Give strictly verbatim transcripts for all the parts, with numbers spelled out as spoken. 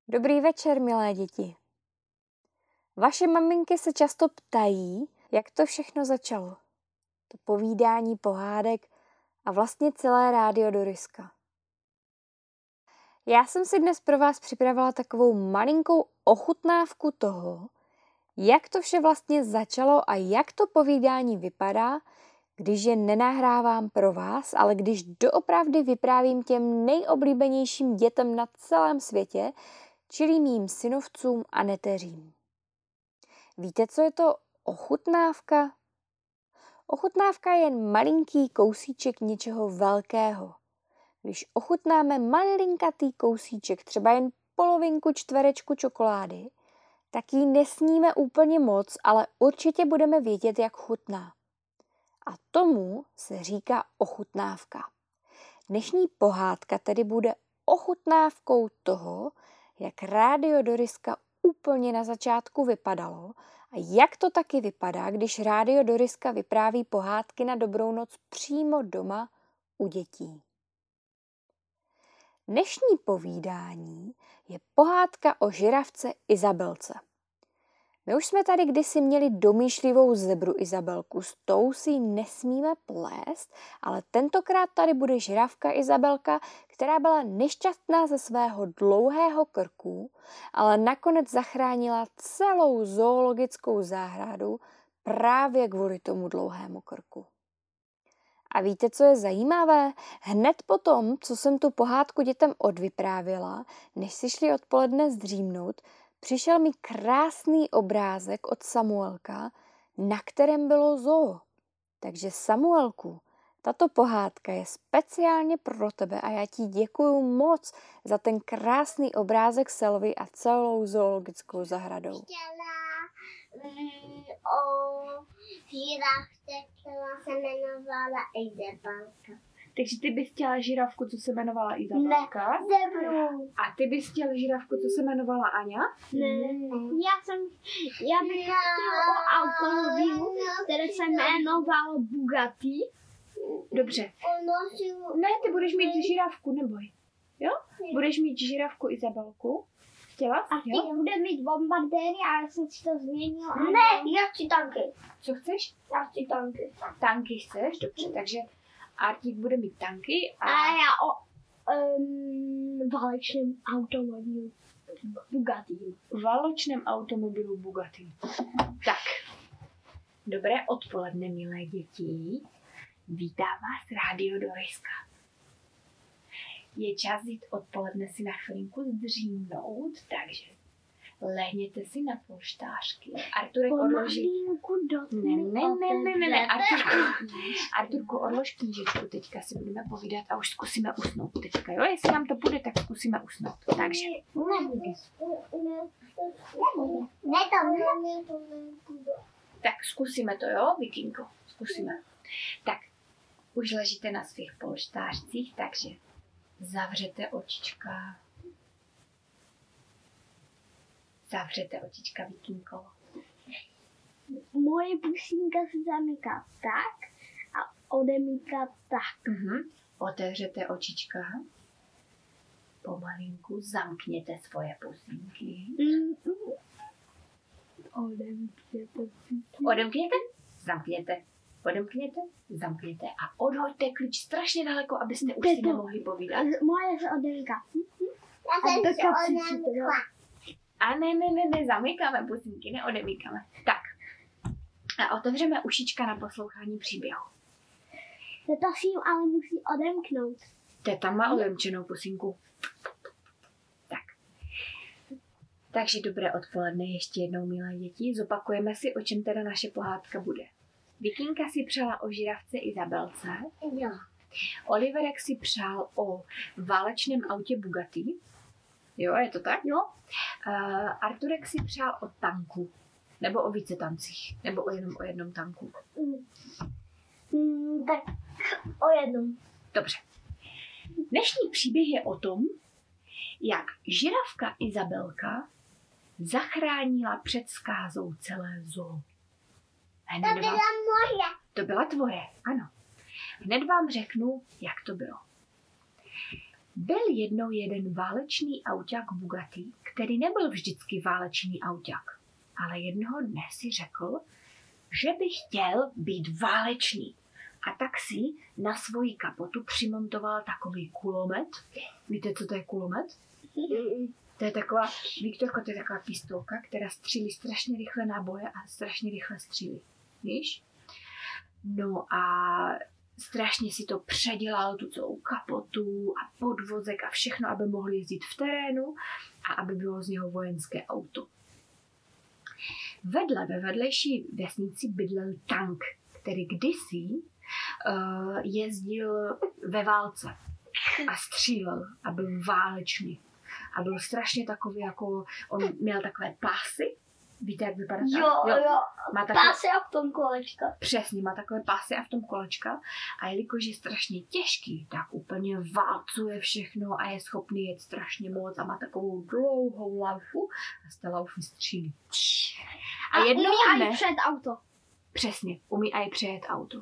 Dobrý večer, milé děti. Vaše maminky se často ptají, jak to všechno začalo. To povídání pohádek a vlastně celé rádio Doriska. Já jsem si dnes pro vás připravila takovou malinkou ochutnávku toho, jak to vše vlastně začalo a jak to povídání vypadá, když je nenahrávám pro vás, ale když doopravdy vyprávím těm nejoblíbenějším dětem na celém světě, čili mým synovcům a neteřím. Víte, co je to ochutnávka? Ochutnávka je jen malinký kousíček něčeho velkého. Když ochutnáme malinkatý kousíček, třeba jen polovinku čtverečku čokolády, tak ji nesníme úplně moc, ale určitě budeme vědět, jak chutná. A tomu se říká ochutnávka. Dnešní pohádka tedy bude ochutnávkou toho, jak rádio Doriska úplně na začátku vypadalo a jak to taky vypadá, když rádio Doriska vypráví pohádky na dobrou noc přímo doma u dětí. Dnešní povídání je pohádka o žirafce Izabelce. My už jsme tady kdysi měli domýšlivou zebru Izabelku, s tou si nesmíme plést, ale tentokrát tady bude žirafka Izabelka, která byla nešťastná ze svého dlouhého krku, ale nakonec zachránila celou zoologickou zahradu právě kvůli tomu dlouhému krku. A víte, co je zajímavé? Hned potom, co jsem tu pohádku dětem odvyprávěla, než si šli odpoledne zdřímnout, přišel mi krásný obrázek od Samuelka, na kterém bylo zoo. Takže Samuelku, tato pohádka je speciálně pro tebe a já ti děkuju moc za ten krásný obrázek Selvy a celou zoologickou zahradou. Chtěla mm, o žirafce, která se jmenovala Izabelka. Takže ty bys chtěla žirafku, co se jmenovala Izabelka? Ne, zebru. A ty bys chtěla žirafku, co se jmenovala Aňa? Ne, já jsem, já bych chtěla o automobilu, které se jmenovalo Bugatti. Dobře. Ne, ty budeš mít žirafku, neboj. Jo? Budeš mít žirafku Izabelku. Chtěla? A ty jo? bude mít bombardéry a já jsem si to změnila. Ne, já chci tanky. Co chceš? Já chci tanky. Tanky chceš? Dobře, takže Artík bude mít tanky a... A já o um, válečném automobilu Bugatti. válečném automobilu Bugatti. Tak, dobré odpoledne, milé děti. Vítá vás rádio Doriska. Je čas jít odpoledne si na chvilinku zdřímnout, takže lehněte si na polštářky. Arturek odloží... Ne, ne, ne, ne, ne, ne. Arturku, Arturku, odlož knížečku, teďka si budeme povídat a už zkusíme usnout teďka, jo? Jestli nám to půjde, tak zkusíme usnout. Takže. Nebude. Ne, to nebude. Tak zkusíme to, jo, Vikinko? Zkusíme. Tak, už ležíte na svých polštářcích, takže zavřete očička. Zavřete očička, Vikinko. Moje pusínka se zamyká tak a odemyká tak. Mhm. Otevřete očička. Pomalinku zamkněte svoje pusínky. Mm-hmm. Odemkněte. Odemkněte, zamkněte. Odemkněte, zamkněte a odhoďte klíč strašně daleko, abyste už si nemohli povídat. Moje se odemyká. Já jsem se odemykla. A ne, ne, ne, ne, zamykáme pusínky, neodemykáme. Tak. A otevřeme ušička na poslouchání příběhu. Teta si jim ale musí odemknout. Teta má odemčenou pusínku. Tak. Takže dobré odpoledne ještě jednou, milé děti. Zopakujeme si, o čem teda naše pohádka bude. Vikinka si přála o žirafce Izabelce. Jo. Oliverek si přál o válečném autě Bugatti. Jo, je to tak? Jo. Uh, Arturek si přál o tanku. Nebo o více tancích. Nebo o jenom o jednom tanku. Mm. Mm, tak o jednom. Dobře. Dnešní příběh je o tom, jak žirafka Izabelka zachránila před zkázou celé zoo. Hned To byla vám, moje. to byla tvoje, ano. Hned vám řeknu, jak to bylo. Byl jednou jeden válečný auťák Bugatti, který nebyl vždycky válečný auťák, ale jednoho dne si řekl, že by chtěl být válečný. A tak si na svoji kapotu přimontoval takový kulomet. Víte, co to je kulomet? To je taková, Viktorko, to je taková pistolka, která střílí strašně rychle náboje a strašně rychle střílí. Víš? No a strašně si to předělal, tu celou kapotu a podvozek a všechno, aby mohl jezdit v terénu a aby bylo z něho vojenské auto. Vedle, ve vedlejší vesnici bydlel tank, který kdysi uh, jezdil ve válce a střílel a byl válečný. A byl strašně takový, jako on měl takové pásy. Víte, jak vypadá? Jo, jo, jo. Má takové, pásy a v tom kolečka. Přesně, má takové pásy a v tom kolečka. A jelikož je strašně těžký, tak úplně válcuje všechno a je schopný jet strašně moc a má takovou dlouhou laufu a z té laufy střílí. A, a jednoho umí dne, aj před auto. Přesně, umí aj přejet auto.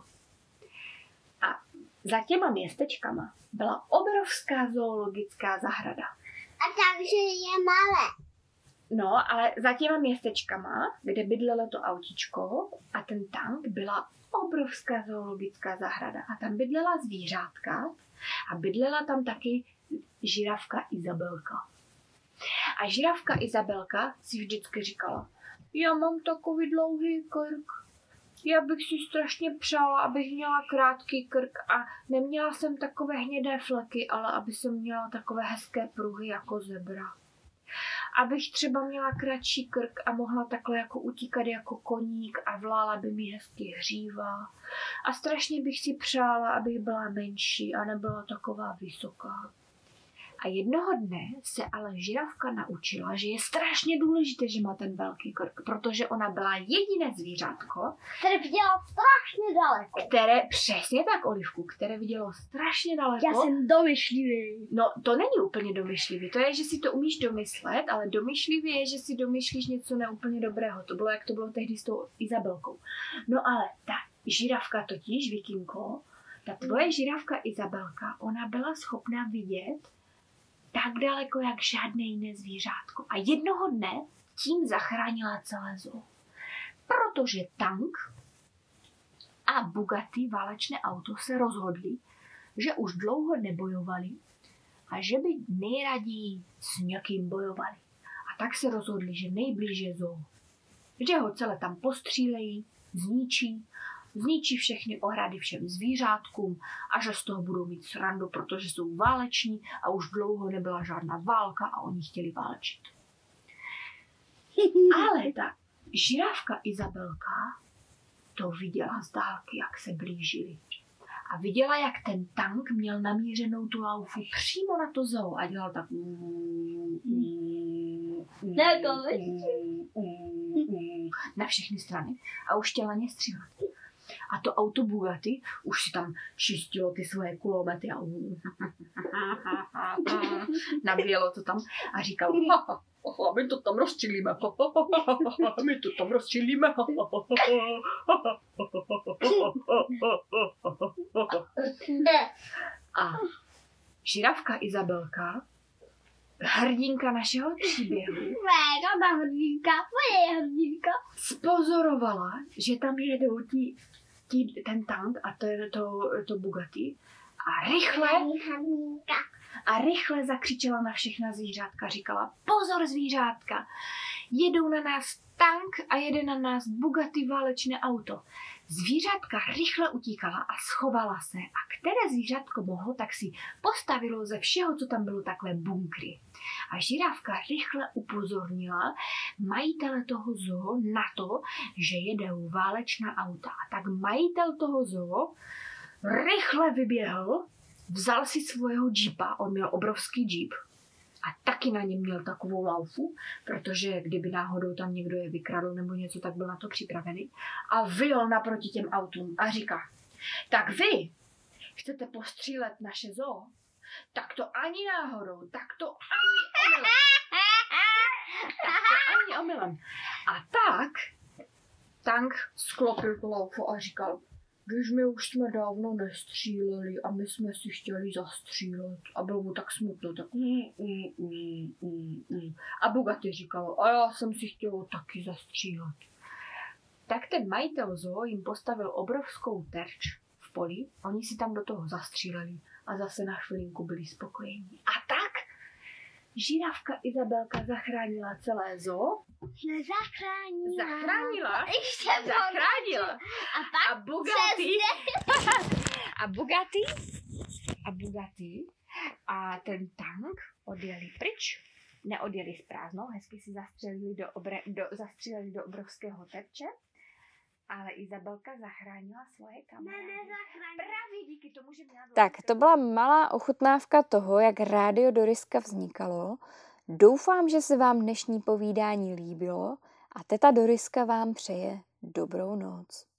A za těma městečkama byla obrovská zoologická zahrada. A takže je malé. No, ale za těma městečkama, kde bydlelo to autíčko a ten tank, byla obrovská zoologická zahrada. A tam bydlela zvířátka a bydlela tam taky žirafka Izabelka. A žirafka Izabelka si vždycky říkala, já mám takový dlouhý krk. Já bych si strašně přála, abych měla krátký krk a neměla jsem takové hnědé fleky, ale aby jsem měla takové hezké pruhy jako zebra. Abych třeba měla kratší krk a mohla takhle jako utíkat jako koník a vlála by mi hezky hříva. A strašně bych si přála, abych byla menší a nebyla taková vysoká. A jednoho dne se ale žirafka naučila, že je strašně důležité, že má ten velký krk, protože ona byla jediné zvířátko, které viděla strašně daleko. Které, přesně tak, Olivku, které vidělo strašně daleko. Já jsem domyšlivý. No, to není úplně domyšlivý, to je, že si to umíš domyslet, ale domyšlivý je, že si domyšlíš něco neúplně dobrého. To bylo, jak to bylo tehdy s tou Izabelkou. No ale ta žirafka totiž, Vikinko, ta tvoje žirafka Izabelka, ona byla schopná vidět tak daleko, jak žádné jiné zvířátko. A jednoho dne tím zachránila celé zoo. Protože tank a Bugatti, válečné auto, se rozhodli, že už dlouho nebojovali a že by nejraději s někým bojovali. A tak se rozhodli, že nejblíž je zoo. Že ho celé tam postřílejí, zničí, zničí všechny ohrady všem zvířátkům a že z toho budou mít srandu, protože jsou váleční a už dlouho nebyla žádná válka a oni chtěli válčit. Ale ta žirafka Izabelka to viděla z dálky, jak se blížili. A viděla, jak ten tank měl namířenou tu laufu přímo na to zoo a dělal tak Ne, to na všechny strany a už chtěla ně střílet. A to auto Bugatti už si tam čistilo ty svoje kulomety a nabíjelo to tam a říkalo, my to tam rozstřílíme, my to tam rozstřílíme. A žirafka Izabelka, hrdinka našeho příběhu, Mega hrdinka, moje hrdinka, spozorovala, že tam jedou tí, tí, ten tank a to je to, to Bugatti a rychle a rychle zakřičela na všechna zvířátka. Říkala, pozor zvířátka, jedou na nás tank a jede na nás Bugatti válečné auto. Zvířátka rychle utíkala a schovala se a které zvířátko mohlo, tak si postavilo ze všeho, co tam bylo, takové bunkry. A žirafka rychle upozornila majitele toho zoo na to, že jedou válečná auta. A tak majitel toho zoo rychle vyběhl, vzal si svého džípa, on měl obrovský džíp, a taky na něm měl takovou laufu, protože kdyby náhodou tam někdo je vykradl nebo něco, tak byl na to připravený. A vyjel naproti těm autům a říká, tak vy chcete postřílet naše zoo? Tak to ani náhodou, tak to ani omylem. Tak to ani omylem. A tak tank sklopil tu laufu a říkal, když my už jsme dávno nestříleli a my jsme si chtěli zastřílet a bylo mu tak smutno, tak mm, mm, mm, mm, mm. A Bugatti říkalo, a já jsem si chtěla taky zastřílet. Tak ten majitel zoo jim postavil obrovskou terč v poli, oni si tam do toho zastříleli a zase na chvilinku byli spokojení. A tak žirafka Izabelka zachránila celé zoo. Nezachránila. Zachránila. Ještě Zachránila. A pak A Bugatti. a Bugatti. A Bugatti. A ten tank odjeli pryč. Neodjeli s prázdnou, hezky si zastřelili do, obre, do, zastřelili do obrovského terče. Ale Izabelka zachránila svoje kamarády. Ne, nezachránila. Právě díky tomu, že měla... Tak, to byla malá ochutnávka toho, jak Rádio Doriska vznikalo. Doufám, že se vám dnešní povídání líbilo a teta Doriska vám přeje dobrou noc.